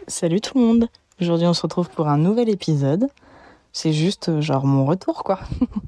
Salut tout le monde. Aujourd'hui on se retrouve pour un nouvel épisode. C'est juste genre mon retour quoi.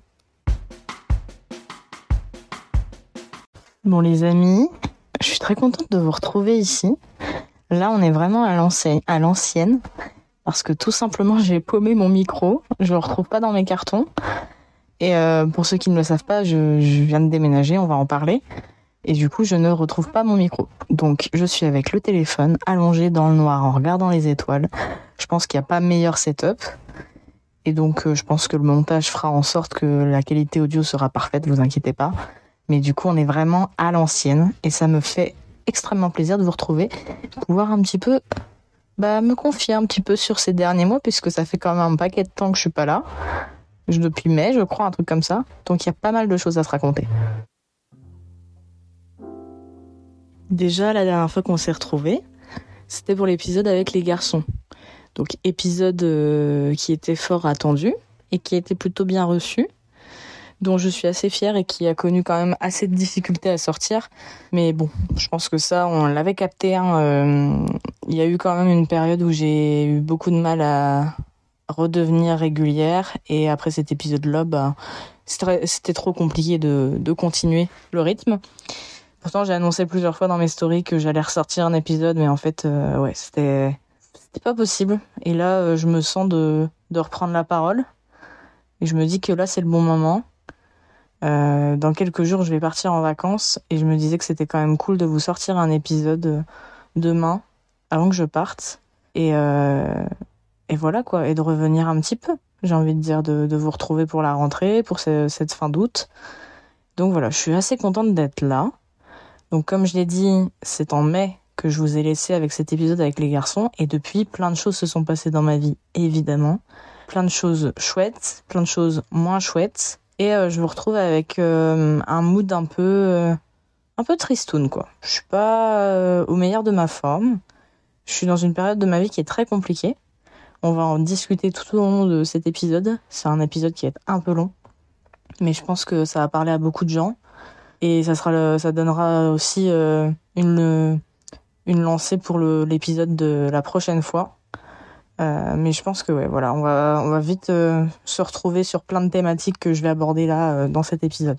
Bon les amis, je suis très contente de vous retrouver ici. Là on est vraiment à l'ancienne parce que tout simplement j'ai paumé mon micro. Je le retrouve pas dans mes cartons. Et pour ceux qui ne le savent pas, je viens de déménager, on va en parler. Et du coup, je ne retrouve pas mon micro. Donc, je suis avec le téléphone, allongé dans le noir, en regardant les étoiles. Je pense qu'il n'y a pas meilleur setup. Et donc, je pense que le montage fera en sorte que la qualité audio sera parfaite, vous inquiétez pas. Mais du coup, on est vraiment à l'ancienne. Et ça me fait extrêmement plaisir de vous retrouver. Pouvoir un petit peu, me confier un petit peu sur ces derniers mois, puisque ça fait quand même un paquet de temps que je suis pas là. Depuis mai, je crois, un truc comme ça. Donc, il y a pas mal de choses à se raconter. Déjà, la dernière fois qu'on s'est retrouvés, c'était pour l'épisode avec les garçons. Donc, épisode qui était fort attendu et qui a été plutôt bien reçu, dont je suis assez fière et qui a connu quand même assez de difficultés à sortir. Mais bon, je pense que ça, on l'avait capté. Il y a eu quand même une période où j'ai eu beaucoup de mal à redevenir régulière. Et après cet épisode-là, c'était trop compliqué de continuer le rythme. Pourtant, j'ai annoncé plusieurs fois dans mes stories que j'allais ressortir un épisode, mais en fait, c'était pas possible. Et là, je me sens de reprendre la parole. Et je me dis que là, c'est le bon moment. Dans quelques jours, je vais partir en vacances. Et je me disais que c'était quand même cool de vous sortir un épisode demain, avant que je parte. Et voilà, quoi. Et de revenir un petit peu. J'ai envie de dire de vous retrouver pour la rentrée, pour cette fin d'août. Donc voilà, je suis assez contente d'être là. Donc comme je l'ai dit, c'est en mai que je vous ai laissé avec cet épisode avec les garçons. Et depuis, plein de choses se sont passées dans ma vie, évidemment. Plein de choses chouettes, plein de choses moins chouettes. Et je vous retrouve avec un mood un peu tristoun, quoi. Je suis pas au meilleur de ma forme. Je suis dans une période de ma vie qui est très compliquée. On va en discuter tout au long de cet épisode. C'est un épisode qui va être un peu long. Mais je pense que ça va parler à beaucoup de gens. Et ça donnera aussi une lancée pour l'épisode de la prochaine fois. Mais je pense que voilà, on va vite se retrouver sur plein de thématiques que je vais aborder là dans cet épisode.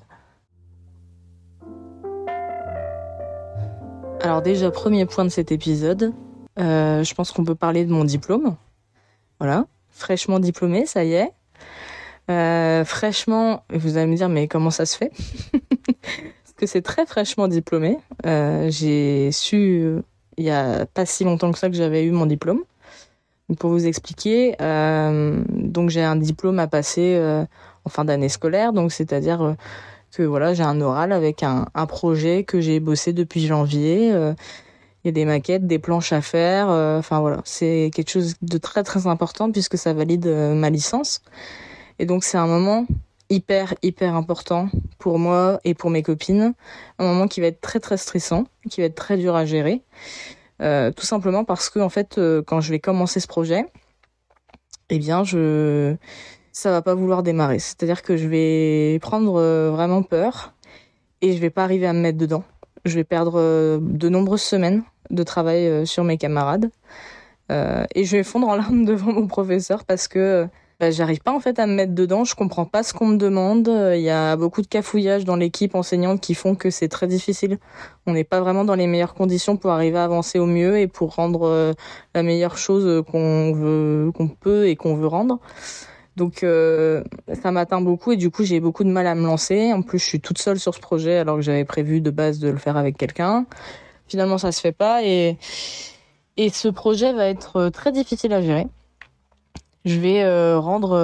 Alors déjà, premier point de cet épisode, je pense qu'on peut parler de mon diplôme. Voilà, fraîchement diplômée, ça y est. Fraîchement, vous allez me dire, mais comment ça se fait? Parce que c'est très fraîchement diplômé. J'ai su, il y a pas si longtemps que ça, que j'avais eu mon diplôme. Donc pour vous expliquer, donc j'ai un diplôme à passer en fin d'année scolaire, donc c'est-à-dire que voilà, j'ai un oral avec un projet que j'ai bossé depuis janvier. Il y a des maquettes, des planches à faire. Enfin voilà, c'est quelque chose de très très important puisque ça valide ma licence. Et donc c'est un moment hyper important pour moi et pour mes copines. Un moment qui va être très très stressant, qui va être très dur à gérer. Tout simplement parce que en fait, quand je vais commencer ce projet, eh bien ça va pas vouloir démarrer. C'est-à-dire que je vais prendre vraiment peur et je vais pas arriver à me mettre dedans. Je vais perdre de nombreuses semaines de travail sur mes camarades et je vais fondre en larmes devant mon professeur parce que j'arrive pas en fait à me mettre dedans, je comprends pas ce qu'on me demande, il y a beaucoup de cafouillages dans l'équipe enseignante qui font que c'est très difficile. On n'est pas vraiment dans les meilleures conditions pour arriver à avancer au mieux et pour rendre la meilleure chose qu'on peut et qu'on veut rendre. Donc ça m'atteint beaucoup et du coup j'ai beaucoup de mal à me lancer. En plus je suis toute seule sur ce projet alors que j'avais prévu de base de le faire avec quelqu'un. Finalement ça se fait pas et ce projet va être très difficile à gérer. Je vais rendre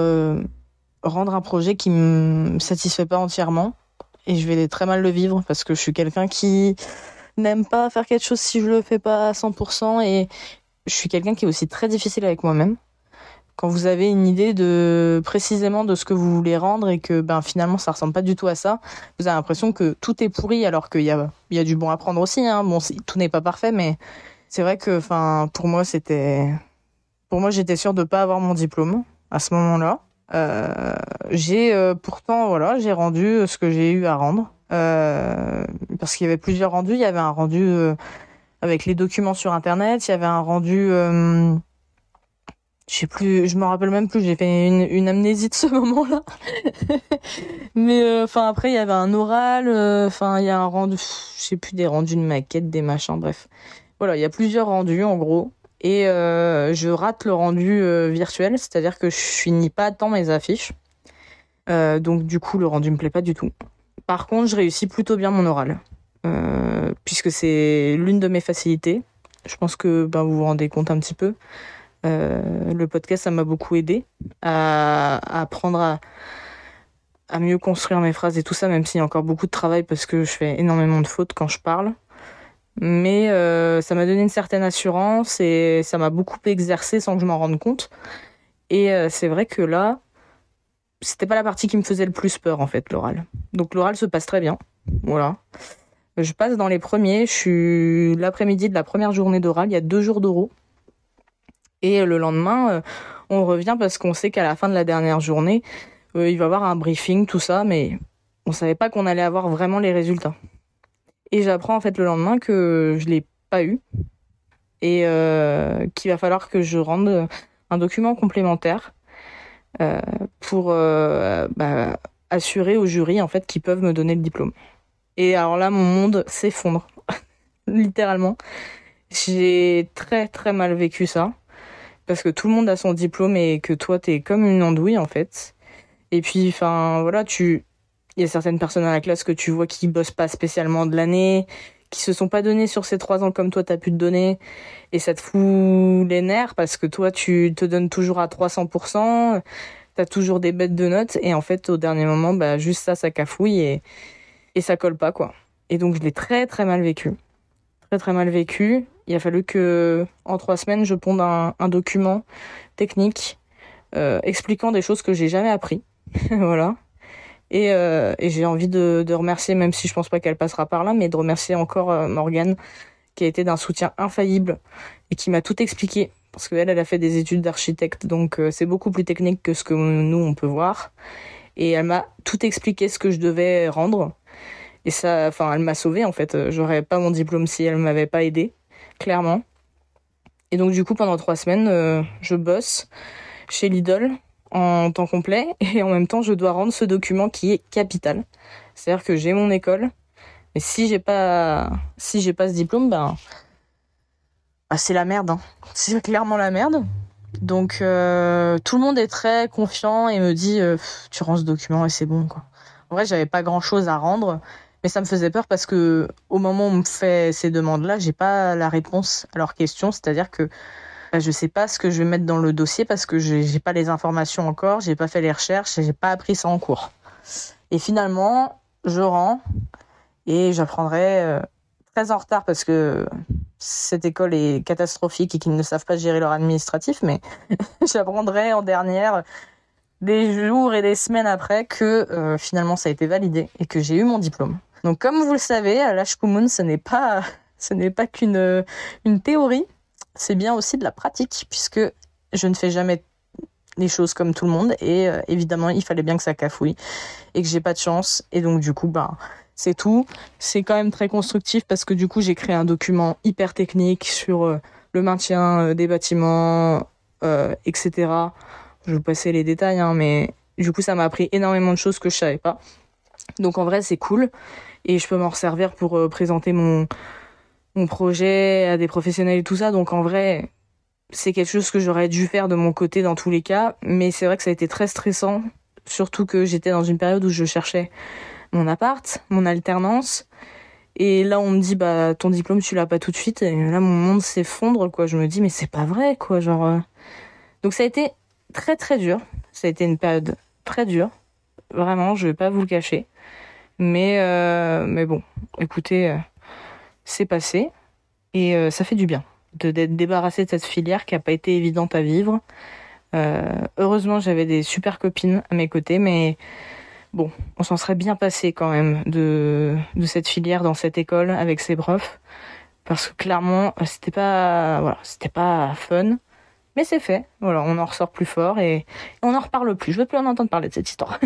un projet qui me satisfait pas entièrement et je vais très mal le vivre parce que je suis quelqu'un qui n'aime pas faire quelque chose si je le fais pas à 100% et je suis quelqu'un qui est aussi très difficile avec moi-même. Quand vous avez une idée précisément de ce que vous voulez rendre et que finalement ça ressemble pas du tout à ça, vous avez l'impression que tout est pourri alors qu'il y a du bon à prendre aussi, hein. Bon, tout n'est pas parfait mais c'est vrai que pour moi j'étais sûre de pas avoir mon diplôme à ce moment-là. Pourtant j'ai rendu ce que j'ai eu à rendre parce qu'il y avait plusieurs rendus. Il y avait un rendu avec les documents sur internet, il y avait un rendu Je sais plus, je me rappelle même plus, j'ai fait une amnésie de ce moment-là. Mais après il y avait un oral, il y a un rendu, je sais plus, des rendus de maquettes, des machins, bref. Voilà, il y a plusieurs rendus en gros. Et je rate le rendu virtuel, c'est-à-dire que je finis pas à temps mes affiches. Donc du coup, le rendu me plaît pas du tout. Par contre, je réussis plutôt bien mon oral, puisque c'est l'une de mes facilités. Je pense que vous vous rendez compte un petit peu. Le podcast, ça m'a beaucoup aidé à apprendre à mieux construire mes phrases et tout ça, même s'il y a encore beaucoup de travail parce que je fais énormément de fautes quand je parle. Mais ça m'a donné une certaine assurance et ça m'a beaucoup exercé sans que je m'en rende compte. Et c'est vrai que là, c'était pas la partie qui me faisait le plus peur en fait, l'oral. Donc l'oral se passe très bien. Voilà. Je passe dans les premiers. Je suis l'après-midi de la première journée d'oral. Il y a 2 jours d'oraux. Et le lendemain, on revient parce qu'on sait qu'à la fin de la dernière journée, il va y avoir un briefing, tout ça, mais on savait pas qu'on allait avoir vraiment les résultats. Et j'apprends en fait le lendemain que je l'ai pas eu et qu'il va falloir que je rende un document complémentaire pour assurer au jury en fait qu'ils peuvent me donner le diplôme. Et alors là, mon monde s'effondre, littéralement. J'ai très très mal vécu ça. Parce que tout le monde a son diplôme et que toi, t'es comme une andouille, en fait. Et puis, voilà, il y a certaines personnes à la classe que tu vois qui bossent pas spécialement de l'année, qui se sont pas donnés sur ces 3 ans comme toi, t'as pu te donner. Et ça te fout les nerfs parce que toi, tu te donnes toujours à 300%, t'as toujours des bêtes de notes. Et en fait, au dernier moment, juste ça cafouille et ça colle pas, quoi. Et donc, je l'ai très, très mal vécu. Très, très mal vécu. Il a fallu que, en 3 semaines, je ponde un document technique expliquant des choses que j'ai jamais appris. Voilà. Et j'ai envie de remercier, même si je pense pas qu'elle passera par là, mais de remercier encore Morgane, qui a été d'un soutien infaillible et qui m'a tout expliqué. Parce qu'elle a fait des études d'architecte, donc c'est beaucoup plus technique que ce que nous, on peut voir. Et elle m'a tout expliqué ce que je devais rendre. Et ça, elle m'a sauvée, en fait. J'aurais pas mon diplôme si elle m'avait pas aidée. Clairement. Et donc du coup pendant 3 semaines je bosse chez Lidl en temps complet et en même temps je dois rendre ce document qui est capital. C'est-à-dire que j'ai mon école, mais si j'ai pas ce diplôme, c'est la merde, hein. C'est clairement la merde. Donc tout le monde est très confiant et me dit tu rends ce document et c'est bon, quoi. En vrai, j'avais pas grand-chose à rendre. Mais ça me faisait peur parce que au moment où on me fait ces demandes-là, j'ai pas la réponse à leurs questions. C'est-à-dire que je sais pas ce que je vais mettre dans le dossier parce que j'ai pas les informations encore, j'ai pas fait les recherches et j'ai pas appris ça en cours. Et finalement, je rends et j'apprendrai très en retard parce que cette école est catastrophique et qu'ils ne savent pas gérer leur administratif, mais j'apprendrai en dernière des jours et des semaines après que finalement ça a été validé et que j'ai eu mon diplôme. Donc comme vous le savez, l'Ashkumun, ce n'est pas qu'une une théorie, c'est bien aussi de la pratique, puisque je ne fais jamais les choses comme tout le monde, et évidemment il fallait bien que ça cafouille, et que j'ai pas de chance, et donc du coup c'est tout. C'est quand même très constructif, parce que du coup j'ai créé un document hyper technique sur le maintien des bâtiments, etc. Je vais vous passer les détails, mais du coup ça m'a appris énormément de choses que je savais pas. Donc en vrai c'est cool. Et je peux m'en resservir pour présenter mon projet à des professionnels et tout ça. Donc en vrai, c'est quelque chose que j'aurais dû faire de mon côté dans tous les cas. Mais c'est vrai que ça a été très stressant. Surtout que j'étais dans une période où je cherchais mon appart, mon alternance. Et là, on me dit, ton diplôme, tu l'as pas tout de suite. Et là, mon monde s'effondre, quoi. Je me dis, mais c'est pas vrai, quoi. Donc ça a été très, très dur. Ça a été une période très dure. Vraiment, je vais pas vous le cacher. Mais bon, écoutez, c'est passé et ça fait du bien d'être débarrassé de cette filière qui a pas été évidente à vivre. Heureusement, j'avais des super copines à mes côtés, mais bon, on s'en serait bien passé quand même de cette filière dans cette école avec ses profs, parce que clairement, c'était pas fun. Mais c'est fait, voilà, on en ressort plus fort et on n'en reparle plus. Je veux plus en entendre parler de cette histoire.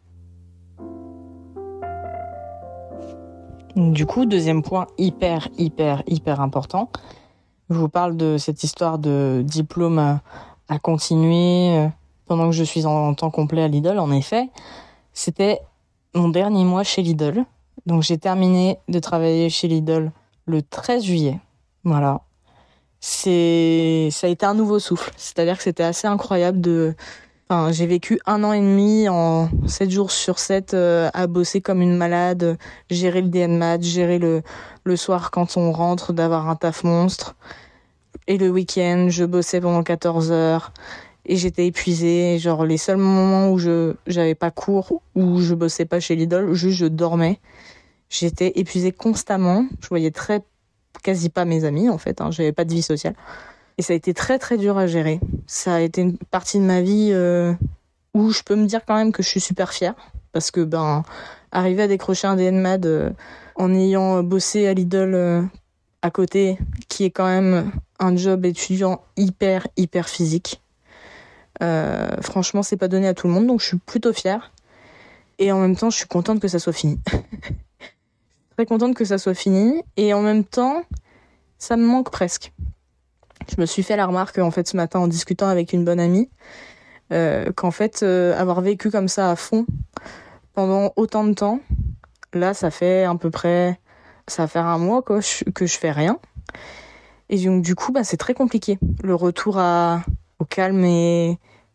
Du coup, deuxième point hyper important. Je vous parle de cette histoire de diplôme à continuer pendant que je suis en temps complet à Lidl, en effet, c'était mon dernier mois chez Lidl. Donc j'ai terminé de travailler chez Lidl le 13 juillet. Voilà. Ça a été un nouveau souffle. C'est-à-dire que c'était assez incroyable j'ai vécu 1 an et demi en 7 jours sur 7 à bosser comme une malade, gérer le DNMAT, gérer le soir quand on rentre, d'avoir un taf monstre. Et le week-end, je bossais pendant 14 heures et j'étais épuisée. Genre les seuls moments où j'avais pas cours, où je bossais pas chez Lidl, juste je dormais. J'étais épuisée constamment. Je voyais quasi pas mes amis en fait. J'avais pas de vie sociale. Et ça a été très très dur à gérer. Ça a été une partie de ma vie où je peux me dire quand même que je suis super fière. Parce que arriver à décrocher un DNMAD en ayant bossé à Lidl à côté, qui est quand même un job étudiant hyper hyper physique. Franchement, c'est pas donné à tout le monde, donc je suis plutôt fière. Et en même temps, je suis contente que ça soit fini. Très contente que ça soit fini. Et en même temps, ça me manque presque. Je me suis fait la remarque en fait ce matin en discutant avec une bonne amie qu'en fait avoir vécu comme ça à fond pendant autant de temps, là ça fait à peu près ça va faire 1 mois que je fais rien. Et donc du coup c'est très compliqué le retour au calme et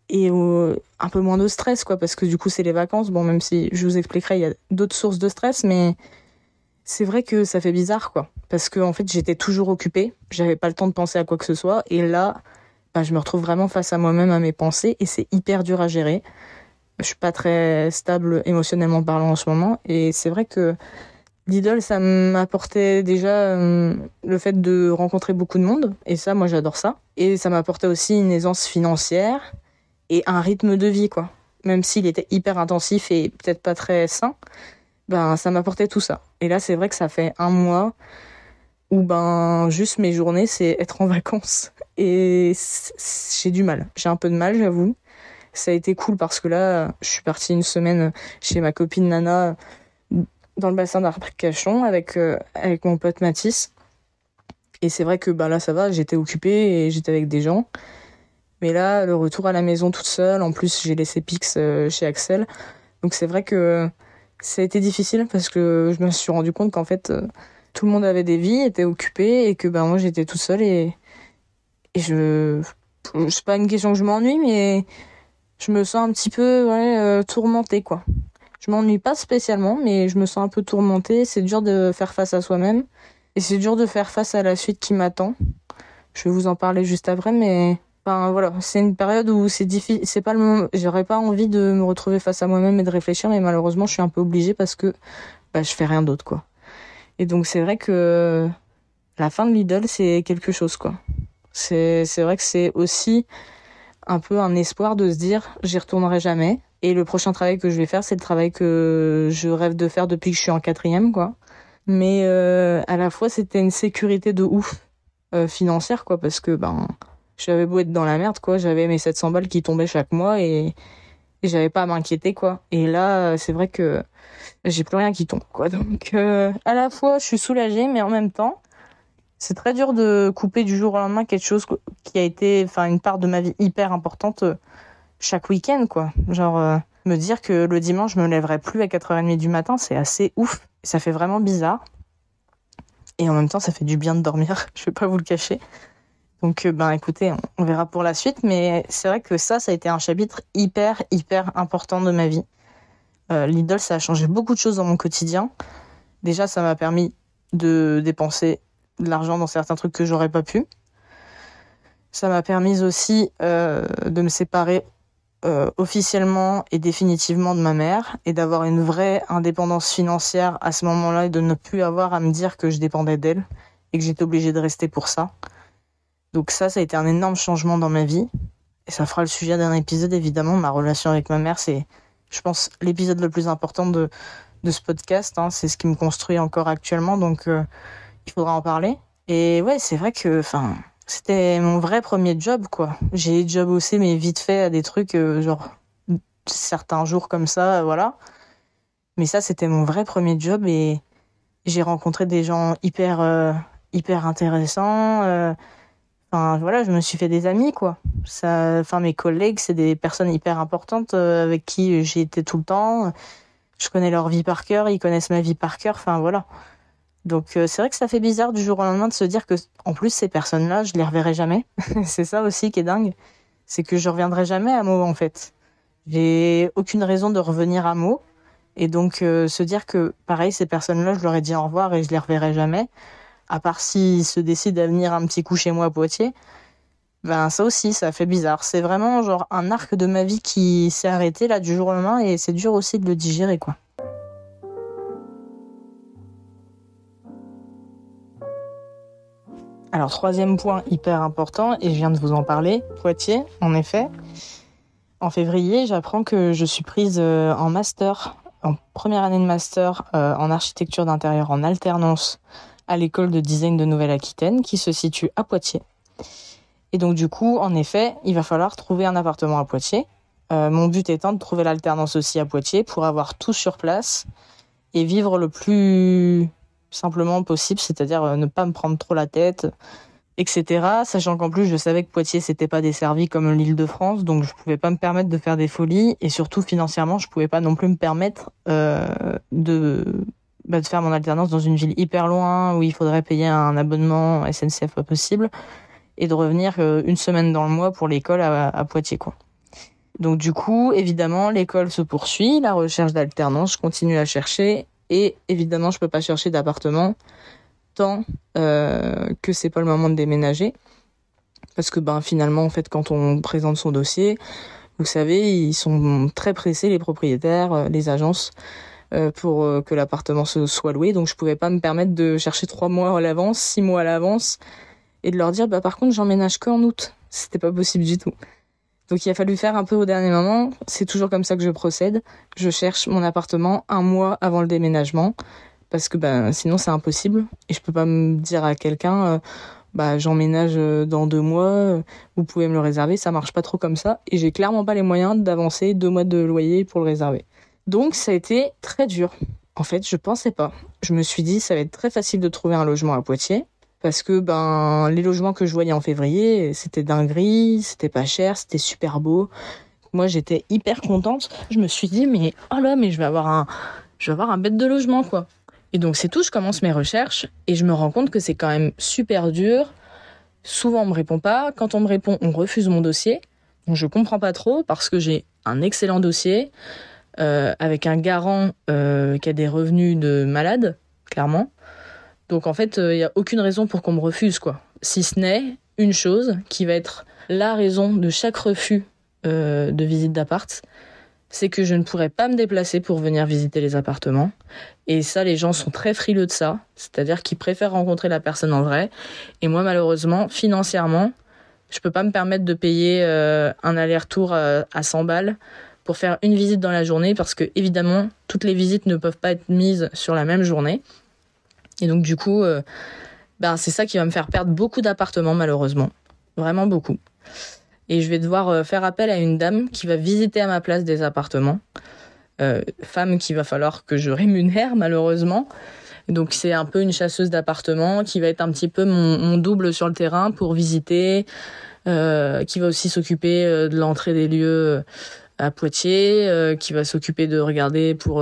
un peu moins de stress quoi, parce que du coup c'est les vacances. Bon, même si je vous expliquerai, il y a d'autres sources de stress, mais c'est vrai que ça fait bizarre quoi, parce que en fait j'étais toujours occupée, j'avais pas le temps de penser à quoi que ce soit, et là je me retrouve vraiment face à moi-même, à mes pensées, et c'est hyper dur à gérer. Je suis pas très stable émotionnellement parlant en ce moment, et c'est vrai que Lidl ça m'apportait déjà le fait de rencontrer beaucoup de monde, et ça moi j'adore ça, et ça m'apportait aussi une aisance financière et un rythme de vie quoi, même s'il était hyper intensif et peut-être pas très sain. Ça m'apportait tout ça. Et là, c'est vrai que ça fait 1 mois où juste mes journées, c'est être en vacances. Et j'ai du mal. J'ai un peu de mal, j'avoue. Ça a été cool parce que là, je suis partie 1 semaine chez ma copine Nana dans le bassin d'Arcachon avec mon pote Mathis. Et c'est vrai que là, ça va, j'étais occupée et j'étais avec des gens. Mais là, le retour à la maison toute seule, en plus, j'ai laissé Pix chez Axel. Donc c'est vrai que ça a été difficile parce que je me suis rendu compte qu'en fait tout le monde avait des vies, était occupé, et que moi j'étais tout seul et c'est pas une question que je m'ennuie, mais je me sens un petit peu tourmentée quoi. Je m'ennuie pas spécialement, mais je me sens un peu tourmentée. C'est dur de faire face à soi-même et c'est dur de faire face à la suite qui m'attend. Je vais vous en parler juste après, mais voilà, c'est une période où c'est difficile, c'est pas le moment, j'aurais pas envie de me retrouver face à moi-même et de réfléchir, mais malheureusement, je suis un peu obligée parce que je fais rien d'autre quoi. Et donc c'est vrai que la fin de Lidl, c'est quelque chose quoi. C'est vrai que c'est aussi un peu un espoir de se dire j'y retournerai jamais, et le prochain travail que je vais faire, c'est le travail que je rêve de faire depuis que je suis en 4e quoi. Mais à la fois, c'était une sécurité de ouf financière quoi, parce que j'avais beau être dans la merde quoi, j'avais mes 700 balles qui tombaient chaque mois et j'avais pas à m'inquiéter quoi. Et là, c'est vrai que j'ai plus rien qui tombe quoi. Donc à la fois, je suis soulagée, mais en même temps, c'est très dur de couper du jour au lendemain quelque chose qui a été une part de ma vie hyper importante chaque week-end quoi. Genre me dire que le dimanche, je me lèverai plus à 4h30 du matin, c'est assez ouf. Ça fait vraiment bizarre. Et en même temps, ça fait du bien de dormir, je vais pas vous le cacher. Donc écoutez, on verra pour la suite, mais c'est vrai que ça a été un chapitre hyper hyper important de ma vie. Lidl, ça a changé beaucoup de choses dans mon quotidien. Déjà, ça m'a permis de dépenser de l'argent dans certains trucs que j'aurais pas pu. Ça m'a permis aussi de me séparer officiellement et définitivement de ma mère et d'avoir une vraie indépendance financière à ce moment-là, et de ne plus avoir à me dire que je dépendais d'elle et que j'étais obligée de rester pour ça. Donc ça a été un énorme changement dans ma vie. Et ça fera le sujet d'un épisode, évidemment. Ma relation avec ma mère, c'est, je pense, l'épisode le plus important de ce podcast. C'est ce qui me construit encore actuellement. Donc, il faudra en parler. Et ouais, c'est vrai que c'était mon vrai premier job, quoi. J'ai déjà bossé, mais vite fait, à des trucs, genre, certains jours comme ça, voilà. Mais ça, c'était mon vrai premier job. Et j'ai rencontré des gens hyper intéressants. Voilà, je me suis fait des amis, quoi. Enfin, mes collègues, c'est des personnes hyper importantes avec qui j'ai été tout le temps. Je connais leur vie par cœur, ils connaissent ma vie par cœur. Enfin, voilà. Donc, c'est vrai que ça fait bizarre du jour au lendemain de se dire que, en plus, ces personnes-là, je les reverrai jamais. C'est ça aussi qui est dingue. C'est que je reviendrai jamais à Meaux, en fait. J'ai aucune raison de revenir à Meaux. Et donc, se dire que, pareil, ces personnes-là, je leur ai dit au revoir et je les reverrai jamais. À part s'ils se décident à venir un petit coup chez moi à Poitiers. Ben, ça aussi, ça fait bizarre. C'est vraiment, genre, un arc de ma vie qui s'est arrêté, là, du jour au lendemain. Et c'est dur aussi de le digérer, quoi. Alors, troisième point hyper important, et je viens de vous en parler, Poitiers, en effet. En février, j'apprends que je suis prise en master, en première année de master en architecture d'intérieur en alternance à l'école de design de Nouvelle-Aquitaine, qui se situe à Poitiers. Et donc, du coup, en effet, il va falloir trouver un appartement à Poitiers. Mon but étant de trouver l'alternance aussi à Poitiers pour avoir tout sur place et vivre le plus simplement possible, c'est-à-dire ne pas me prendre trop la tête, etc. Sachant qu'en plus, je savais que Poitiers, c'était pas desservi comme l'Île-de-France, donc je pouvais pas me permettre de faire des folies, et surtout financièrement, je pouvais pas non plus me permettre de faire mon alternance dans une ville hyper loin, où il faudrait payer un abonnement SNCF pas possible, et de revenir une semaine dans le mois pour l'école à Poitiers, quoi. Donc du coup, évidemment, l'école se poursuit, la recherche d'alternance, je continue à chercher, et évidemment, je peux pas chercher d'appartement tant que c'est pas le moment de déménager, parce que finalement, en fait, quand on présente son dossier, vous savez, ils sont très pressés, les propriétaires, les agences, pour que l'appartement soit loué. Donc je pouvais pas me permettre de chercher 3 mois à l'avance, 6 mois à l'avance, et de leur dire par contre j'emménage qu'en août. C'était pas possible du tout. Donc il a fallu faire un peu au dernier moment. C'est toujours comme ça que je procède. Je cherche mon appartement 1 mois avant le déménagement, parce que sinon c'est impossible. Et je peux pas me dire à quelqu'un j'emménage dans 2 mois, vous pouvez me le réserver. Ça marche pas trop comme ça. Et j'ai clairement pas les moyens d'avancer 2 mois de loyer pour le réserver. Donc ça a été très dur. En fait, je pensais pas. Je me suis dit ça va être très facile de trouver un logement à Poitiers. Parce que les logements que je voyais en février, c'était dinguerie, c'était pas cher, c'était super beau. Moi, j'étais hyper contente. Je me suis dit, mais je vais avoir un bête de logement, quoi. Et donc, c'est tout, je commence mes recherches et je me rends compte que c'est quand même super dur. Souvent, on me répond pas. Quand on me répond, on refuse mon dossier. Donc, je comprends pas trop parce que j'ai un excellent dossier avec un garant qui a des revenus de malade, clairement. Donc en fait, il y a aucune raison pour qu'on me refuse, quoi. Si ce n'est une chose qui va être la raison de chaque refus de visite d'appart, c'est que je ne pourrais pas me déplacer pour venir visiter les appartements. Et ça, les gens sont très frileux de ça. C'est-à-dire qu'ils préfèrent rencontrer la personne en vrai. Et moi, malheureusement, financièrement, je peux pas me permettre de payer un aller-retour à 100 balles pour faire une visite dans la journée, parce que évidemment, toutes les visites ne peuvent pas être mises sur la même journée. Et donc du coup, c'est ça qui va me faire perdre beaucoup d'appartements, malheureusement. Vraiment beaucoup. Et je vais devoir faire appel à une dame qui va visiter à ma place des appartements. Femme qu'il va falloir que je rémunère, malheureusement. Donc c'est un peu une chasseuse d'appartements qui va être un petit peu mon double sur le terrain pour visiter, qui va aussi s'occuper de l'entrée des lieux à Poitiers, qui va s'occuper de regarder pour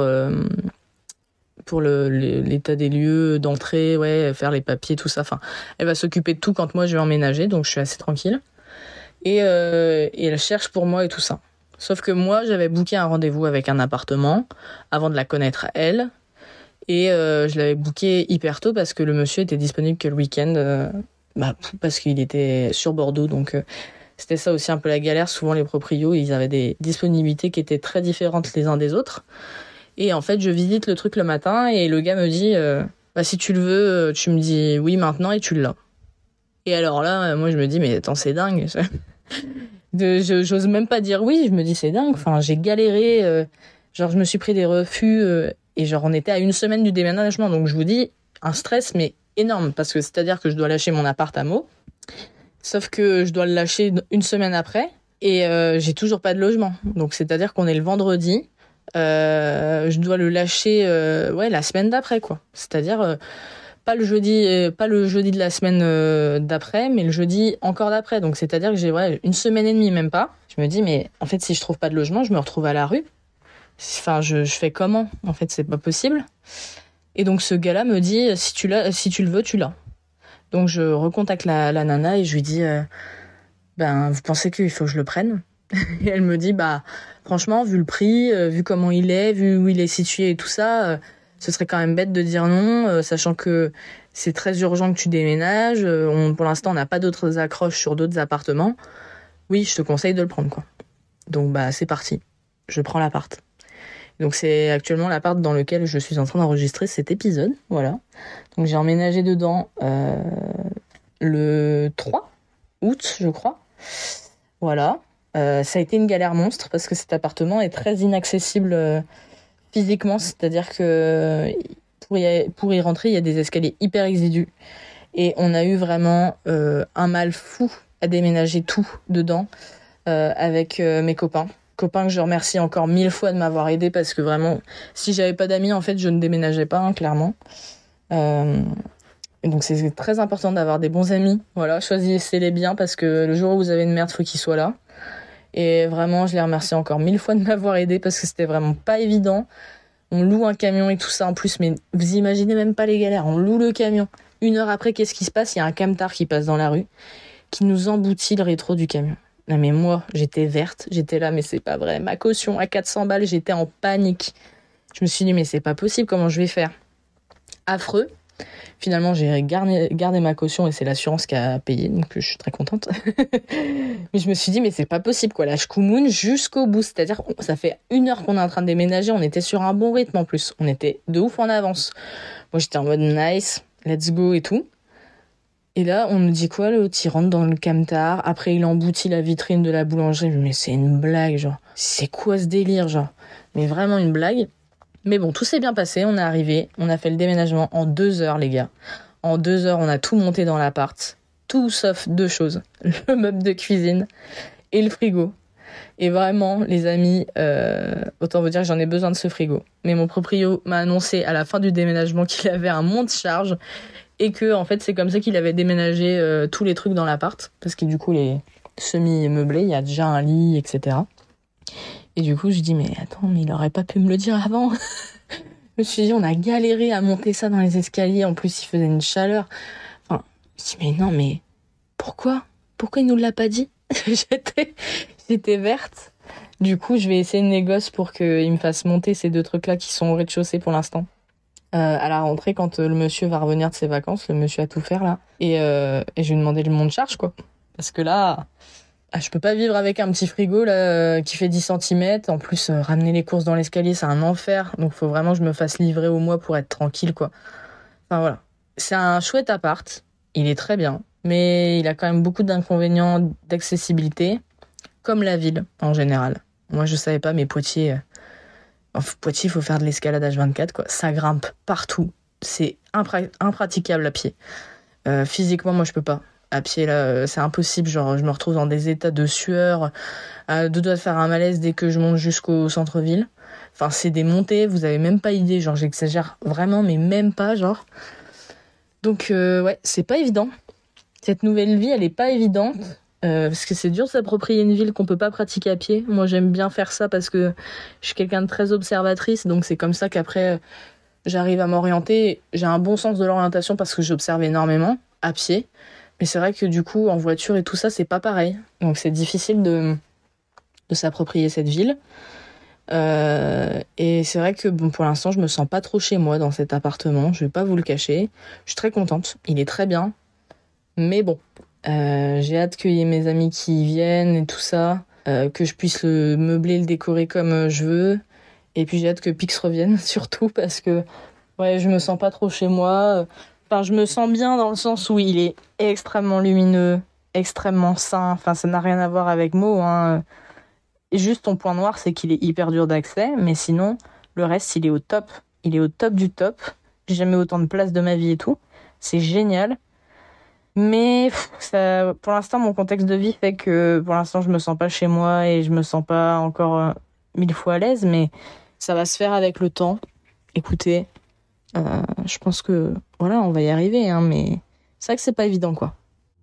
l'état des lieux d'entrée, faire les papiers, tout ça. Enfin, elle va s'occuper de tout quand moi je vais emménager, donc je suis assez tranquille. Et elle cherche pour moi et tout ça. Sauf que moi, j'avais booké un rendez-vous avec un appartement avant de la connaître elle. Et je l'avais booké hyper tôt parce que le monsieur était disponible que le week-end, parce qu'il était sur Bordeaux. Donc c'était ça aussi un peu la galère. Souvent les proprios, ils avaient des disponibilités qui étaient très différentes les uns des autres. Et en fait, je visite le truc le matin et le gars me dit si tu le veux, tu me dis oui maintenant et tu l'as. Et alors là, moi je me dis mais attends, c'est dingue. J'ose même pas dire oui, je me dis c'est dingue. Enfin, j'ai galéré, je me suis pris des refus et on était à 1 semaine du déménagement. Donc je vous dis un stress mais énorme, parce que c'est-à-dire que je dois lâcher mon appart à Meaux. Sauf que je dois le lâcher 1 semaine après et j'ai toujours pas de logement. Donc c'est-à-dire qu'on est le vendredi. Je dois le lâcher la semaine d'après, quoi. C'est-à-dire pas le jeudi de la semaine d'après, mais le jeudi encore d'après. Donc c'est-à-dire que j'ai une semaine et demie, même pas. Je me dis, mais en fait, si je trouve pas de logement, je me retrouve à la rue. Enfin, je fais comment? En fait, c'est pas possible. Et donc ce gars-là me dit, si tu le veux, tu l'as. Donc je recontacte la nana et je lui dis, vous pensez qu'il faut que je le prenne? Et elle me dit, franchement, vu le prix, vu comment il est, vu où il est situé et tout ça, ce serait quand même bête de dire non, sachant que c'est très urgent que tu déménages. Pour l'instant, on n'a pas d'autres accroches sur d'autres appartements. Oui, je te conseille de le prendre, quoi. Donc, c'est parti. Je prends l'appart. Donc, c'est actuellement l'appart dans lequel je suis en train d'enregistrer cet épisode. Voilà. Donc, j'ai emménagé dedans le 3 août, je crois. Voilà. Ça a été une galère monstre parce que cet appartement est très inaccessible physiquement, c'est-à-dire que pour y rentrer, il y a des escaliers hyper exigus et on a eu vraiment un mal fou à déménager tout dedans avec mes copains que je remercie encore 1000 fois de m'avoir aidé parce que vraiment, si j'avais pas d'amis, en fait, je ne déménageais pas, hein, clairement. Et donc c'est très important d'avoir des bons amis. Voilà, choisissez-les bien parce que le jour où vous avez une merde, faut qu'ils soient là. Et vraiment, je les remercie encore 1000 fois de m'avoir aidé parce que c'était vraiment pas évident. On loue un camion et tout ça en plus, mais vous imaginez même pas les galères. On loue le camion. 1 heure après, qu'est-ce qui se passe? Il y a un camtar qui passe dans la rue, qui nous emboutit le rétro du camion. Non mais moi, j'étais verte. J'étais là, mais c'est pas vrai. Ma caution à 400 balles, j'étais en panique. Je me suis dit, mais c'est pas possible, comment je vais faire? Affreux. Finalement, j'ai gardé ma caution et c'est l'assurance qui a payé, donc je suis très contente. Mais je me suis dit, mais c'est pas possible, quoi. La Shkumun jusqu'au bout. C'est-à-dire, ça fait 1 heure qu'on est en train de déménager. On était sur un bon rythme en plus. On était de ouf en avance. Moi, j'étais en mode nice, let's go et tout. Et là, on nous dit quoi, l'autre, il rentre dans le camtar. Après, il emboutit la vitrine de la boulangerie. Mais c'est une blague, genre. C'est quoi ce délire, genre? Mais vraiment une blague. Mais bon, tout s'est bien passé, on est arrivé, on a fait le déménagement en 2 heures, les gars. En 2 heures, on a tout monté dans l'appart. Tout sauf 2 choses. Le meuble de cuisine et le frigo. Et vraiment, les amis, autant vous dire que j'en ai besoin de ce frigo. Mais mon proprio m'a annoncé à la fin du déménagement qu'il avait un monte-charge et que, en fait, c'est comme ça qu'il avait déménagé tous les trucs dans l'appart. Parce que du coup, les semi-meublés, il y a déjà un lit, etc. Et du coup, je dis, mais attends, mais il aurait pas pu me le dire avant. Je me suis dit, on a galéré à monter ça dans les escaliers. En plus, il faisait une chaleur. Enfin, je dis, mais non, mais pourquoi il nous l'a pas dit? J'étais verte. Du coup, je vais essayer de négocier pour qu'il me fasse monter ces 2 trucs-là qui sont au rez-de-chaussée pour l'instant. À la rentrée, quand le monsieur va revenir de ses vacances, le monsieur a tout faire, là. Et je vais lui demander le monte-charge, quoi. Parce que là... je peux pas vivre avec un petit frigo là qui fait 10 centimètres. En plus, ramener les courses dans l'escalier, c'est un enfer. Donc, faut vraiment que je me fasse livrer au mois pour être tranquille, quoi. Enfin, voilà. C'est un chouette appart. Il est très bien. Mais il a quand même beaucoup d'inconvénients d'accessibilité, comme la ville, en général. Moi, je savais pas, mais Poitiers, il faut faire de l'escalade H24, quoi. Ça grimpe partout. C'est impraticable à pied. Physiquement, moi, je peux pas. À pied, là, c'est impossible. Genre, je me retrouve dans des états de sueur, à 2 doigts de faire un malaise dès que je monte jusqu'au centre-ville. Enfin, c'est des montées, vous avez même pas idée. Genre, j'exagère vraiment, mais même pas, genre. Donc, ouais, c'est pas évident. Cette nouvelle vie, elle est pas évidente. Parce que c'est dur de s'approprier une ville qu'on peut pas pratiquer à pied. Moi, j'aime bien faire ça parce que je suis quelqu'un de très observatrice. Donc, c'est comme ça qu'après, j'arrive à m'orienter. J'ai un bon sens de l'orientation parce que j'observe énormément à pied. Mais c'est vrai que du coup, en voiture et tout ça, c'est pas pareil. Donc c'est difficile de s'approprier cette ville. Et c'est vrai que bon, pour l'instant, je me sens pas trop chez moi dans cet appartement. Je vais pas vous le cacher. Je suis très contente. Il est très bien. Mais bon, j'ai hâte qu'il y ait mes amis qui viennent et tout ça. Que je puisse le meubler, le décorer comme je veux. Et puis j'ai hâte que Pix revienne, surtout parce que ouais, je me sens pas trop chez moi. Enfin, je me sens bien dans le sens où il est extrêmement lumineux, extrêmement sain. Enfin, ça n'a rien à voir avec Mo, hein. Juste ton point noir, c'est qu'il est hyper dur d'accès. Mais sinon, le reste, il est au top. Il est au top du top. J'ai jamais eu autant de place de ma vie et tout. C'est génial. Mais ça, pour l'instant, mon contexte de vie fait que pour l'instant, je me sens pas chez moi et je me sens pas encore 1000 fois à l'aise. Mais ça va se faire avec le temps. Écoutez, Je pense que voilà, on va y arriver, hein, mais c'est vrai que c'est pas évident, quoi.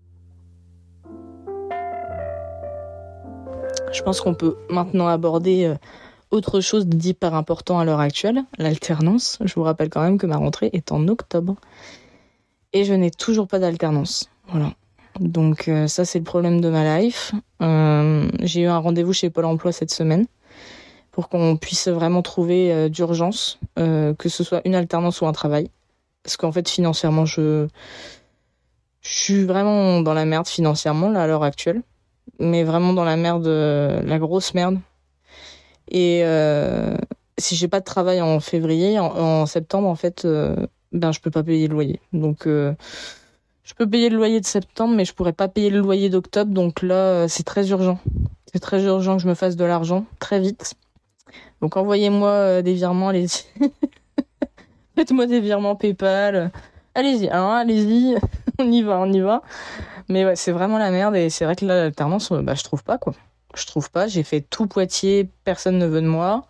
Je pense qu'on peut maintenant aborder autre chose d'hyper important à l'heure actuelle, l'alternance. Je vous rappelle quand même que ma rentrée est en octobre et je n'ai toujours pas d'alternance. Voilà. Donc ça, c'est le problème de ma life. J'ai eu un rendez-vous chez Pôle emploi cette semaine pour qu'on puisse vraiment trouver d'urgence, que ce soit une alternance ou un travail. Parce qu'en fait, financièrement, je suis vraiment dans la merde financièrement, là, à l'heure actuelle. Mais vraiment dans la merde, la grosse merde. Et si j'ai pas de travail en février, en septembre, en fait, je peux pas payer le loyer. Donc, je peux payer le loyer de septembre, mais je pourrais pas payer le loyer d'octobre. Donc là, c'est très urgent. C'est très urgent que je me fasse de l'argent, très vite. Donc envoyez-moi des virements, allez-y. Faites-moi des virements PayPal. Allez-y, alors allez-y, on y va. Mais ouais, c'est vraiment la merde et c'est vrai que là, l'alternance, je trouve pas, quoi. Je trouve pas, j'ai fait tout Poitiers, personne ne veut de moi.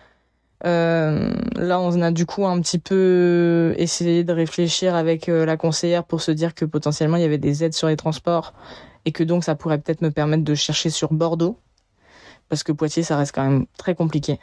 Là, on a du coup un petit peu essayé de réfléchir avec la conseillère pour se dire que potentiellement il y avait des aides sur les transports et que donc ça pourrait peut-être me permettre de chercher sur Bordeaux. Parce que Poitiers, ça reste quand même très compliqué.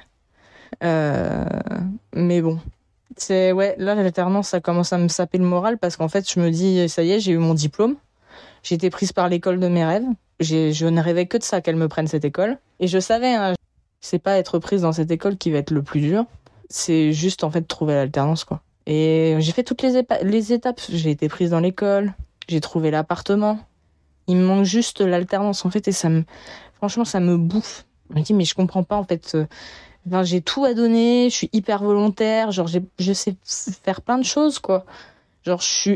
Mais bon. Là, l'alternance, ça commence à me saper le moral parce qu'en fait, je me dis, ça y est, j'ai eu mon diplôme. J'ai été prise par l'école de mes rêves. Je ne rêvais que de ça, qu'elle me prenne cette école. Et je savais, hein, c'est pas être prise dans cette école qui va être le plus dur. C'est juste, en fait, trouver l'alternance, quoi. Et j'ai fait toutes les étapes. J'ai été prise dans l'école. J'ai trouvé l'appartement. Il me manque juste l'alternance, en fait, et franchement, ça me bouffe. Je me dis, mais je comprends pas, en fait. J'ai tout à donner. Je suis hyper volontaire. Genre, je sais faire plein de choses, quoi. Genre, je suis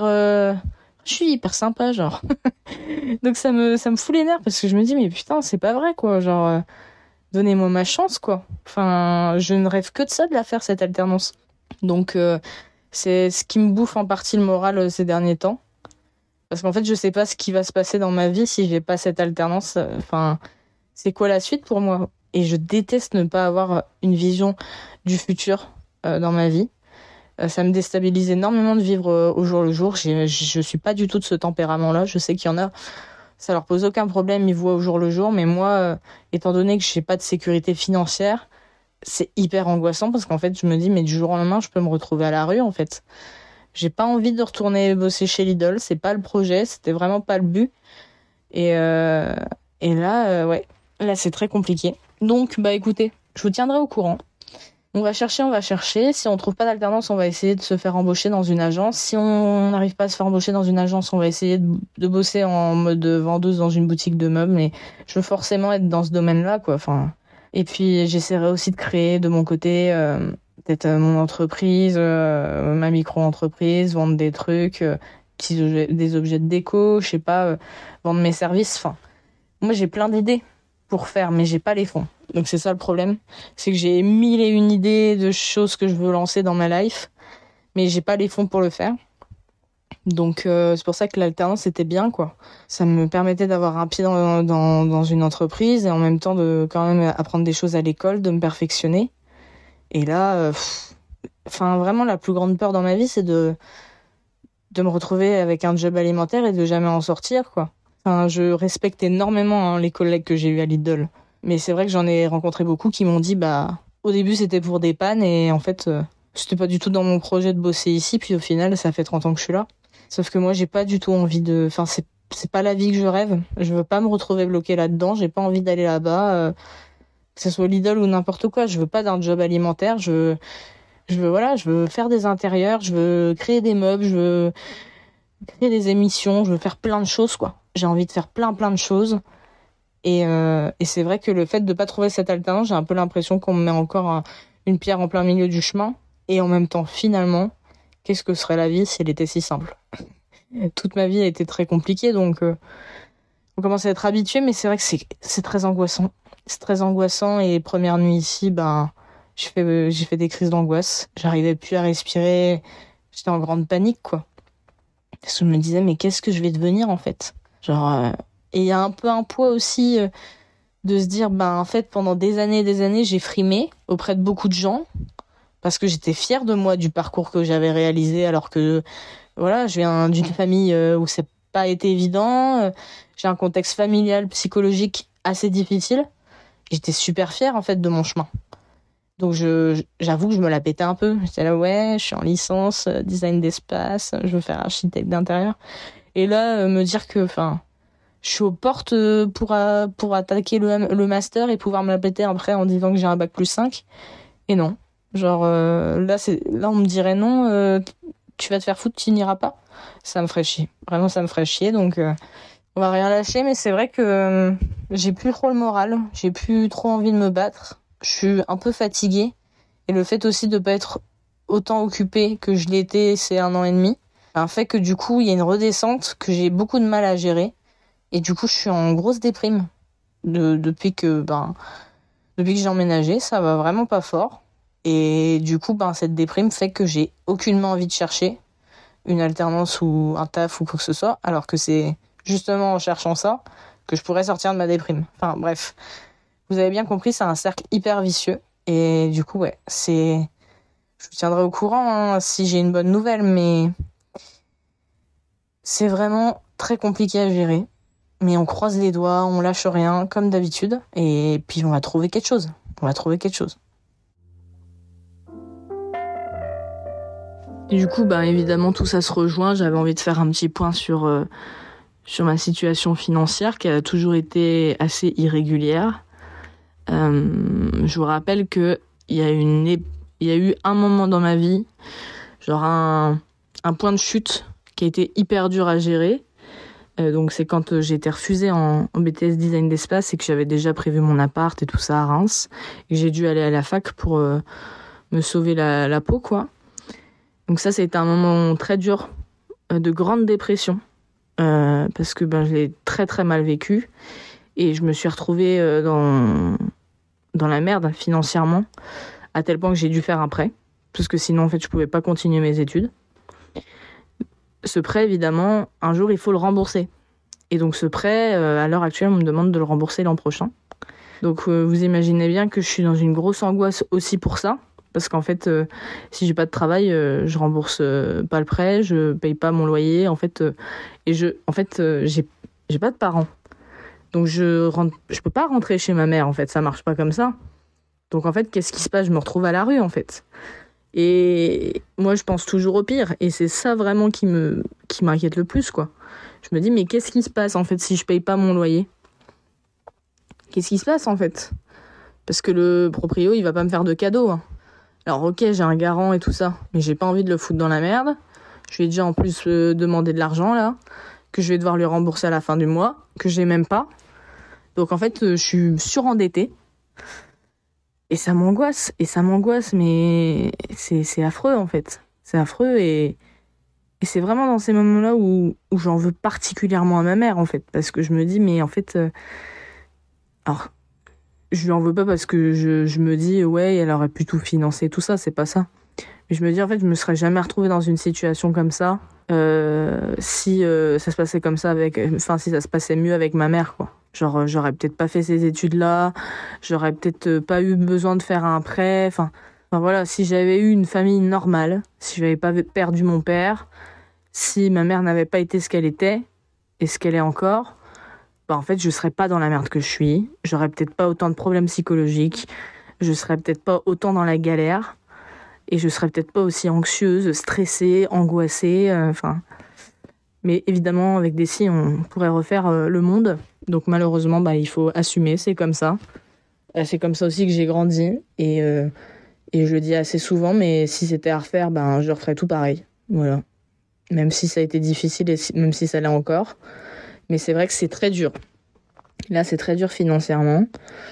hyper sympa, genre. Donc ça me fout les nerfs parce que je me dis mais putain, c'est pas vrai, quoi. Genre, donnez-moi ma chance, quoi. Enfin, je ne rêve que de ça, de la faire, cette alternance. Donc c'est ce qui me bouffe en partie le moral ces derniers temps. Parce qu'en fait, je sais pas ce qui va se passer dans ma vie si j'ai pas cette alternance. Enfin, c'est quoi la suite pour moi? Et je déteste ne pas avoir une vision du futur dans ma vie. Ça me déstabilise énormément de vivre au jour le jour. Je suis pas du tout de ce tempérament-là. Je sais qu'il y en a, ça leur pose aucun problème, ils voient au jour le jour. Mais moi, étant donné que j'ai pas de sécurité financière, c'est hyper angoissant parce qu'en fait, je me dis, mais du jour au lendemain, je peux me retrouver à la rue, en fait. J'ai pas envie de retourner bosser chez Lidl. C'est pas le projet. C'était vraiment pas le but. Et là, ouais. Là, c'est très compliqué. Donc, écoutez, je vous tiendrai au courant. On va chercher. Si on trouve pas d'alternance, on va essayer de se faire embaucher dans une agence. Si on n'arrive pas à se faire embaucher dans une agence, on va essayer de bosser en mode vendeuse dans une boutique de meubles. Mais je veux forcément être dans ce domaine-là, quoi. Enfin, et puis j'essaierai aussi de créer de mon côté peut-être mon entreprise, ma micro-entreprise, vendre des trucs, des objets de déco, je sais pas, vendre mes services. Enfin, moi j'ai plein d'idées pour faire, mais j'ai pas les fonds. Donc c'est ça le problème, c'est que j'ai 1001 idées de choses que je veux lancer dans ma life, mais j'ai pas les fonds pour le faire. Donc c'est pour ça que l'alternance c'était bien, quoi. Ça me permettait d'avoir un pied dans une entreprise et en même temps de quand même apprendre des choses à l'école, de me perfectionner. Et là, vraiment la plus grande peur dans ma vie, c'est de me retrouver avec un job alimentaire et de jamais en sortir, quoi. Enfin, je respecte énormément les collègues que j'ai eus à Lidl. Mais c'est vrai que j'en ai rencontré beaucoup qui m'ont dit, au début c'était pour des pannes et en fait, c'était pas du tout dans mon projet de bosser ici. Puis au final, ça fait 30 ans que je suis là. Sauf que moi, j'ai pas du tout envie enfin, c'est pas la vie que je rêve. Je veux pas me retrouver bloquée là-dedans. J'ai pas envie d'aller là-bas, que ce soit Lidl ou n'importe quoi. Je veux pas d'un job alimentaire. Je veux faire des intérieurs. Je veux créer des meubles. Je veux créer des émissions. Je veux faire plein de choses, quoi. J'ai envie de faire plein de choses. Et c'est vrai que le fait de pas trouver cette alternance, j'ai un peu l'impression qu'on me met encore une pierre en plein milieu du chemin. Et en même temps, finalement, qu'est-ce que serait la vie si elle était si simple? Toute ma vie a été très compliquée, donc on commence à être habitué, mais c'est vrai que c'est très angoissant. C'est très angoissant et première nuit ici, j'ai fait des crises d'angoisse. J'arrivais plus à respirer. J'étais en grande panique, quoi. Parce que je me disais, mais qu'est-ce que je vais devenir, en fait? Genre... Et il y a un peu un poids aussi de se dire, en fait, pendant des années et des années, j'ai frimé auprès de beaucoup de gens parce que j'étais fière de moi, du parcours que j'avais réalisé, alors que voilà, je viens d'une famille où c'est pas été évident, j'ai un contexte familial, psychologique assez difficile. J'étais super fière en fait de mon chemin. Donc j'avoue que je me la pétais un peu. J'étais là, ouais, je suis en licence, design d'espace, je veux faire architecte d'intérieur. Et là, me dire que, je suis aux portes pour attaquer le master et pouvoir me la péter après en disant que j'ai un bac+5. Et non. Genre, là, on me dirait non, tu vas te faire foutre, tu n'iras pas. Ça me ferait chier. Vraiment, ça me ferait chier. Donc, on va rien lâcher, mais c'est vrai que j'ai plus trop le moral. J'ai plus trop envie de me battre. Je suis un peu fatiguée. Et le fait aussi de pas être autant occupée que je l'étais ces 1 an et demi, fait que du coup, il y a une redescente que j'ai beaucoup de mal à gérer. Et du coup, je suis en grosse déprime. Depuis que j'ai emménagé, ça va vraiment pas fort. Et du coup, cette déprime fait que j'ai aucunement envie de chercher une alternance ou un taf ou quoi que ce soit, alors que c'est justement en cherchant ça que je pourrais sortir de ma déprime. Enfin, bref. Vous avez bien compris, c'est un cercle hyper vicieux. Et du coup, ouais, je vous tiendrai au courant si j'ai une bonne nouvelle, mais c'est vraiment très compliqué à gérer. Mais on croise les doigts, on lâche rien, comme d'habitude. Et puis on va trouver quelque chose. Et du coup, évidemment, tout ça se rejoint. J'avais envie de faire un petit point sur ma situation financière, qui a toujours été assez irrégulière. Je vous rappelle que il y a eu un moment dans ma vie, genre un point de chute qui a été hyper dur à gérer. Donc c'est quand j'ai été refusée en BTS design d'espace et que j'avais déjà prévu mon appart et tout ça à Reims, et que j'ai dû aller à la fac pour me sauver la peau, quoi. Donc ça a été un moment très dur, de grande dépression, parce que je l'ai très très mal vécu et je me suis retrouvée dans la merde financièrement, à tel point que j'ai dû faire un prêt, parce que sinon en fait je pouvais pas continuer mes études. Ce prêt, évidemment, un jour il faut le rembourser. Et donc ce prêt, à l'heure actuelle, on me demande de le rembourser l'an prochain. Donc vous imaginez bien que je suis dans une grosse angoisse aussi pour ça, parce qu'en fait, si j'ai pas de travail, je rembourse pas le prêt, je paye pas mon loyer, en fait, j'ai pas de parents. Donc je peux pas rentrer chez ma mère, en fait, ça marche pas comme ça. Donc en fait, qu'est-ce qui se passe ? Je me retrouve à la rue, en fait. Et moi, je pense toujours au pire. Et c'est ça vraiment qui m'inquiète le plus, quoi. Je me dis, mais qu'est-ce qui se passe, en fait, si je paye pas mon loyer ? Qu'est-ce qui se passe, en fait ? Parce que le proprio, il va pas me faire de cadeau. Alors, ok, j'ai un garant et tout ça, mais j'ai pas envie de le foutre dans la merde. Je lui ai déjà en plus demandé de l'argent, là, que je vais devoir lui rembourser à la fin du mois, que j'ai même pas. Donc, en fait, je suis surendettée. Et ça m'angoisse, mais c'est affreux, en fait. C'est affreux et c'est vraiment dans ces moments-là où j'en veux particulièrement à ma mère, en fait. Parce que je me dis, mais en fait... alors, je lui en veux pas parce que je me dis, ouais, elle aurait pu tout financer, tout ça, c'est pas ça. Mais je me dis, en fait, je me serais jamais retrouvée dans une situation comme ça si ça se passait comme ça si ça se passait mieux avec ma mère, quoi. Genre, j'aurais peut-être pas fait ces études-là, j'aurais peut-être pas eu besoin de faire un prêt, enfin voilà, si j'avais eu une famille normale, si j'avais pas perdu mon père, si ma mère n'avait pas été ce qu'elle était, et ce qu'elle est encore, en fait, je serais pas dans la merde que je suis, j'aurais peut-être pas autant de problèmes psychologiques, je serais peut-être pas autant dans la galère, et je serais peut-être pas aussi anxieuse, stressée, angoissée, Mais évidemment, avec Dessy, on pourrait refaire le monde. Donc malheureusement, il faut assumer, c'est comme ça. C'est comme ça aussi que j'ai grandi. Et je le dis assez souvent, mais si c'était à refaire, je referais tout pareil. Voilà. Même si ça a été difficile et même si ça l'est encore. Mais c'est vrai que c'est très dur. Là, c'est très dur financièrement.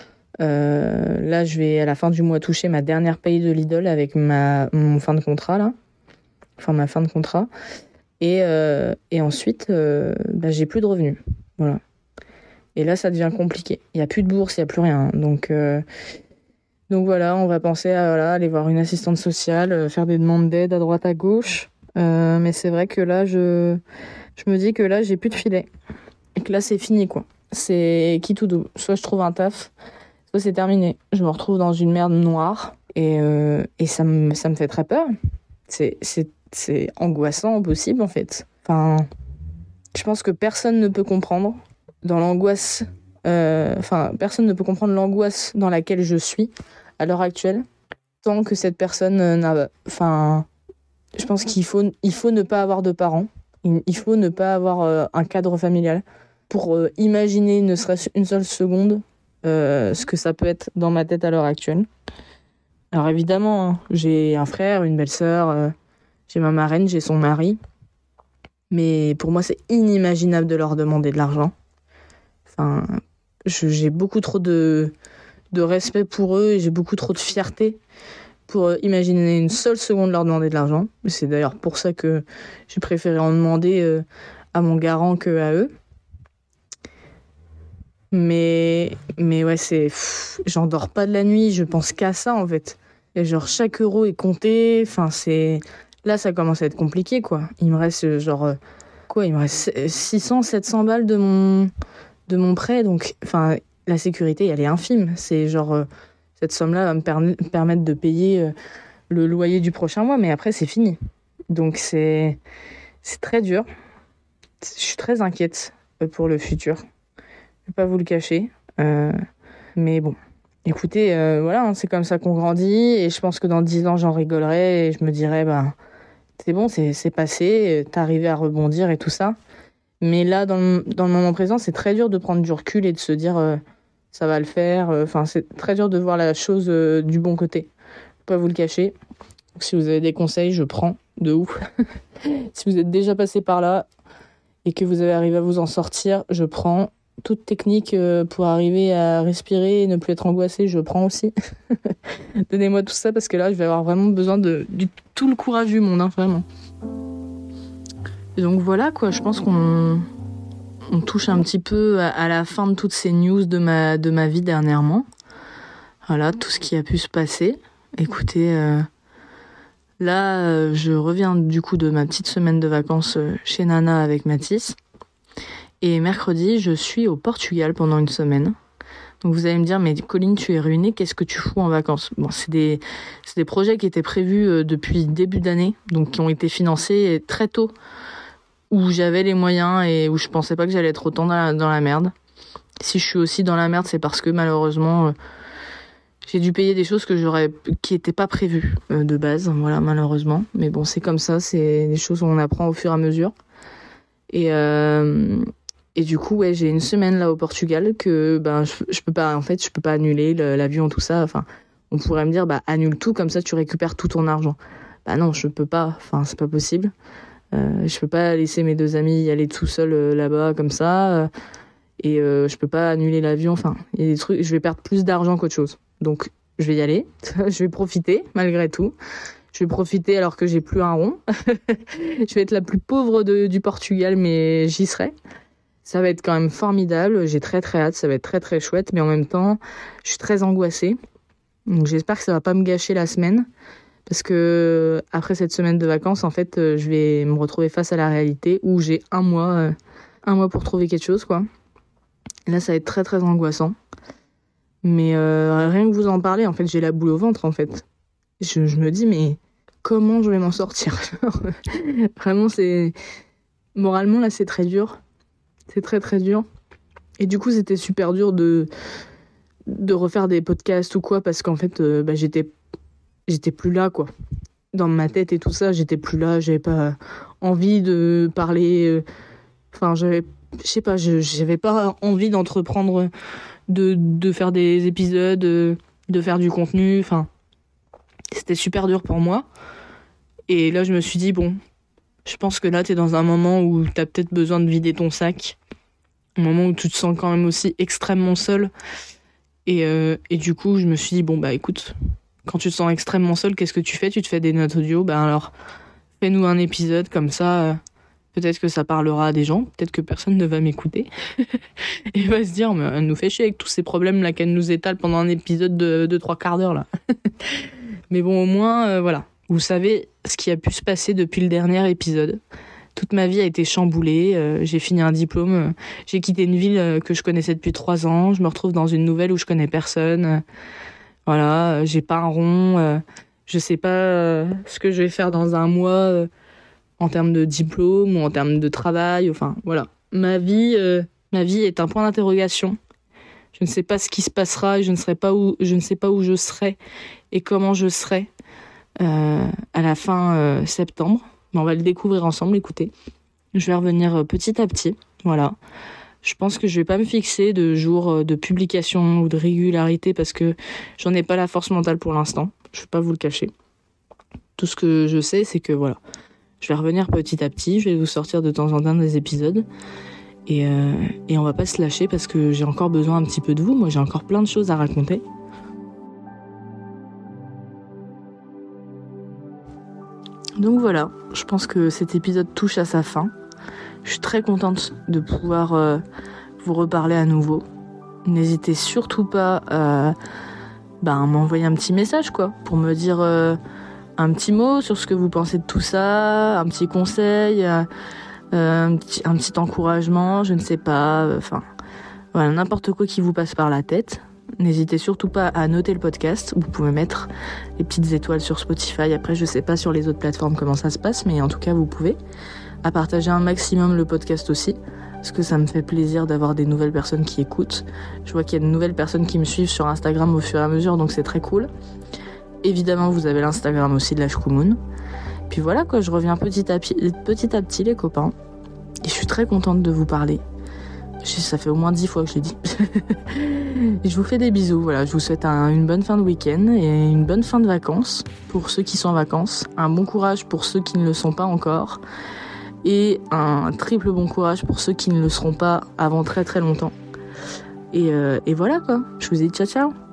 Là, je vais à la fin du mois toucher ma dernière paye de Lidl avec mon fin de contrat, là. Enfin, ma fin de contrat. Et ensuite, j'ai plus de revenus. Voilà. Et là, ça devient compliqué. Il n'y a plus de bourse, il n'y a plus rien. Donc voilà, on va penser à aller voir une assistante sociale, faire des demandes d'aide à droite à gauche. Mais c'est vrai que là, je me dis que là, j'ai plus de filet. Et que là, c'est fini, quoi. C'est qui tout doux. Soit je trouve un taf, soit c'est terminé. Je me retrouve dans une merde noire. Et ça me fait très peur. C'est angoissant au possible, en fait. Enfin, je pense que personne ne peut comprendre dans l'angoisse... personne ne peut comprendre l'angoisse dans laquelle je suis à l'heure actuelle, tant que cette personne n'a... Enfin, je pense qu'il faut ne pas avoir de parents. Il faut ne pas avoir un cadre familial pour imaginer ne serait-ce une seule seconde ce que ça peut être dans ma tête à l'heure actuelle. Alors évidemment, hein, j'ai un frère, une belle-sœur, j'ai ma marraine, j'ai son mari. Mais pour moi, c'est inimaginable de leur demander de l'argent. Enfin, j'ai beaucoup trop de respect pour eux et j'ai beaucoup trop de fierté pour imaginer une seule seconde leur demander de l'argent. C'est d'ailleurs pour ça que j'ai préféré en demander à mon garant qu'à eux. Mais ouais, j'en dors pas de la nuit, je pense qu'à ça en fait. Et genre chaque euro est compté, enfin là ça commence à être compliqué quoi. Il me reste il me reste 600 700 balles de mon prêt, donc enfin la sécurité elle est infime. C'est cette somme-là va me permettre de payer le loyer du prochain mois, mais après c'est fini. Donc c'est très dur. Je suis très inquiète pour le futur. Je vais pas vous le cacher. Mais bon, écoutez, voilà, hein, c'est comme ça qu'on grandit. Et je pense que dans 10 ans, j'en rigolerai. Et je me dirai, c'est bon, c'est passé. T'es arrivé à rebondir et tout ça. Mais là, dans le moment présent, c'est très dur de prendre du recul et de se dire, ça va le faire. Enfin, c'est très dur de voir la chose du bon côté. Je vais pas vous le cacher. Donc, si vous avez des conseils, je prends de ouf. Si vous êtes déjà passé par là et que vous avez arrivé à vous en sortir, je prends. Toute technique pour arriver à respirer et ne plus être angoissé, je prends aussi. Donnez-moi tout ça parce que là, je vais avoir vraiment besoin de tout le courage du monde, hein, vraiment. Et donc voilà, quoi, je pense qu'on touche un petit peu à la fin de toutes ces news de ma vie dernièrement. Voilà, tout ce qui a pu se passer. Écoutez, là, je reviens du coup de ma petite semaine de vacances chez Nana avec Mathis. Et mercredi, je suis au Portugal pendant une semaine. Donc vous allez me dire, mais Colline, tu es ruinée, qu'est-ce que tu fous en vacances ? Bon, c'est des projets qui étaient prévus depuis début d'année, donc qui ont été financés très tôt, où j'avais les moyens et où je pensais pas que j'allais être autant dans la merde. Si je suis aussi dans la merde, c'est parce que malheureusement, j'ai dû payer des choses qui étaient pas prévues de base, voilà, malheureusement. Mais bon, c'est comme ça, c'est des choses où on apprend au fur et à mesure. Et du coup, ouais, j'ai une semaine là au Portugal que je peux pas annuler l'avion, tout ça. Enfin, on pourrait me dire annule tout, comme ça tu récupères tout ton argent. Non, je peux pas. Enfin, c'est pas possible. Je peux pas laisser mes 2 amis y aller tout seuls là-bas comme ça. Et je peux pas annuler l'avion. Enfin, il y a des trucs. Je vais perdre plus d'argent qu'autre chose. Donc, je vais y aller. Je vais profiter malgré tout. Je vais profiter alors que j'ai plus un rond. Je vais être la plus pauvre du Portugal, mais j'y serai. Ça va être quand même formidable, j'ai très très hâte, ça va être très très chouette, mais en même temps, je suis très angoissée. Donc j'espère que ça va pas me gâcher la semaine, parce que après cette semaine de vacances, en fait, je vais me retrouver face à la réalité où j'ai un mois pour trouver quelque chose, quoi. Et là, ça va être très très angoissant. Mais rien que vous en parler, en fait, j'ai la boule au ventre, en fait. Je me dis, mais comment je vais m'en sortir ? Vraiment, moralement, là, c'est très dur. C'est très très dur. Et du coup, c'était super dur de refaire des podcasts ou quoi, parce qu'en fait, j'étais plus là, quoi. Dans ma tête et tout ça, j'étais plus là, j'avais pas envie de parler. J'avais pas envie d'entreprendre, de faire des épisodes, de faire du contenu. Enfin, c'était super dur pour moi. Et là, je me suis dit, bon, je pense que là, t'es dans un moment où t'as peut-être besoin de vider ton sac. Un moment où tu te sens quand même aussi extrêmement seul. Et du coup, je me suis dit, bon, écoute, quand tu te sens extrêmement seul, qu'est-ce que tu fais ? Tu te fais des notes audio. Alors, fais-nous un épisode comme ça. Peut-être que ça parlera à des gens. Peut-être que personne ne va m'écouter. Et va se dire, mais elle nous fait chier avec tous ces problèmes là qu'elle nous étale pendant un épisode de 3 quarts d'heure là. Mais bon, au moins, voilà. Vous savez ce qui a pu se passer depuis le dernier épisode. Toute ma vie a été chamboulée. J'ai fini un diplôme. J'ai quitté une ville que je connaissais depuis 3 ans. Je me retrouve dans une nouvelle où je connais personne. Voilà, j'ai pas un rond, je sais pas ce que je vais faire dans un mois en termes de diplôme ou en termes de travail. Enfin, voilà. Ma vie est un point d'interrogation. Je ne sais pas ce qui se passera, je ne sais pas où je serai et comment je serai à la fin septembre. Mais on va le découvrir ensemble, écoutez. Je vais revenir petit à petit, voilà. Je pense que je vais pas me fixer de jour de publication ou de régularité parce que j'en ai pas la force mentale pour l'instant. Je vais pas vous le cacher. Tout ce que je sais, c'est que voilà, je vais revenir petit à petit. Je vais vous sortir de temps en temps des épisodes et on va pas se lâcher parce que j'ai encore besoin un petit peu de vous. Moi, j'ai encore plein de choses à raconter. Donc voilà, je pense que cet épisode touche à sa fin. Je suis très contente de pouvoir vous reparler à nouveau. N'hésitez surtout pas à m'envoyer un petit message, quoi, pour me dire un petit mot sur ce que vous pensez de tout ça, un petit conseil, un petit encouragement, je ne sais pas, voilà, n'importe quoi qui vous passe par la tête. N'hésitez surtout pas à noter le podcast. Vous pouvez mettre les petites étoiles sur Spotify. Après, je sais pas sur les autres plateformes comment ça se passe, mais en tout cas, vous pouvez. À partager un maximum le podcast aussi, parce que ça me fait plaisir d'avoir des nouvelles personnes qui écoutent. Je vois qu'il y a de nouvelles personnes qui me suivent sur Instagram au fur et à mesure, donc c'est très cool. Évidemment, vous avez l'Instagram aussi de la Shkumun. Puis voilà, quoi, je reviens petit à petit, les copains. Et je suis très contente de vous parler. Ça fait au moins 10 fois que je l'ai dit. Et je vous fais des bisous. Voilà, je vous souhaite une bonne fin de week-end et une bonne fin de vacances pour ceux qui sont en vacances. Un bon courage pour ceux qui ne le sont pas encore. Et un triple bon courage pour ceux qui ne le seront pas avant très très longtemps. Et voilà, quoi. Je vous dis ciao ciao.